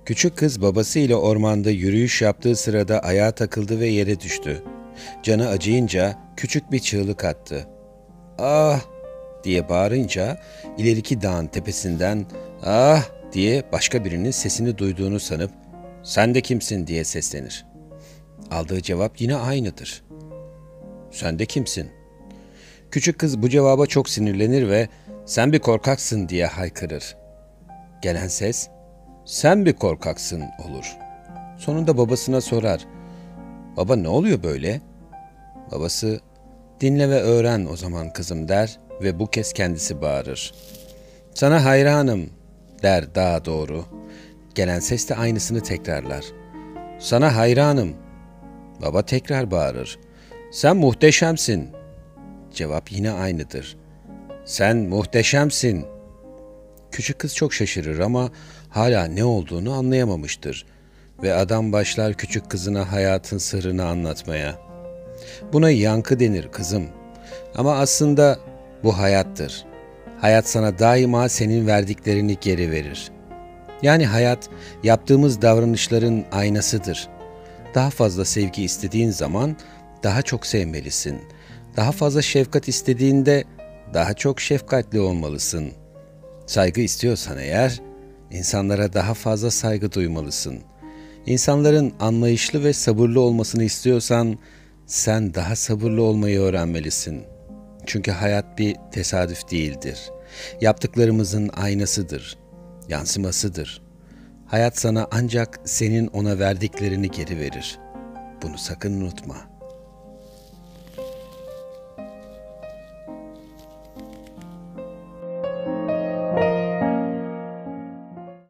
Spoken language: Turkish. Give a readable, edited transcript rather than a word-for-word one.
Küçük kız babasıyla ormanda yürüyüş yaptığı sırada ayağa takıldı ve yere düştü. Canı acıyınca küçük bir çığlık attı. "Ah!" diye bağırınca ileriki dağın tepesinden "Ah!" diye başka birinin sesini duyduğunu sanıp "Sen de kimsin?" diye seslenir. Aldığı cevap yine aynıdır. "Sen de kimsin?" Küçük kız bu cevaba çok sinirlenir ve "Sen bir korkaksın." diye haykırır. Gelen ses "Sen bir korkaksın" olur. Sonunda babasına sorar. "Baba, ne oluyor böyle?" Babası "Dinle ve öğren o zaman kızım" der ve bu kez kendisi bağırır. "Sana hayranım" der daha doğru. Gelen ses de aynısını tekrarlar. "Sana hayranım." Baba tekrar bağırır. "Sen muhteşemsin." Cevap yine aynıdır. "Sen muhteşemsin." Küçük kız çok şaşırır ama hala ne olduğunu anlayamamıştır. Ve adam başlar küçük kızına hayatın sırrını anlatmaya. "Buna yankı denir kızım. Ama aslında bu hayattır. Hayat sana daima senin verdiklerini geri verir. Yani hayat yaptığımız davranışların aynasıdır. Daha fazla sevgi istediğin zaman daha çok sevmelisin. Daha fazla şefkat istediğinde daha çok şefkatli olmalısın. Saygı istiyorsan eğer, insanlara daha fazla saygı duymalısın. İnsanların anlayışlı ve sabırlı olmasını istiyorsan, sen daha sabırlı olmayı öğrenmelisin. Çünkü hayat bir tesadüf değildir. Yaptıklarımızın aynasıdır, yansımasıdır. Hayat sana ancak senin ona verdiklerini geri verir. Bunu sakın unutma.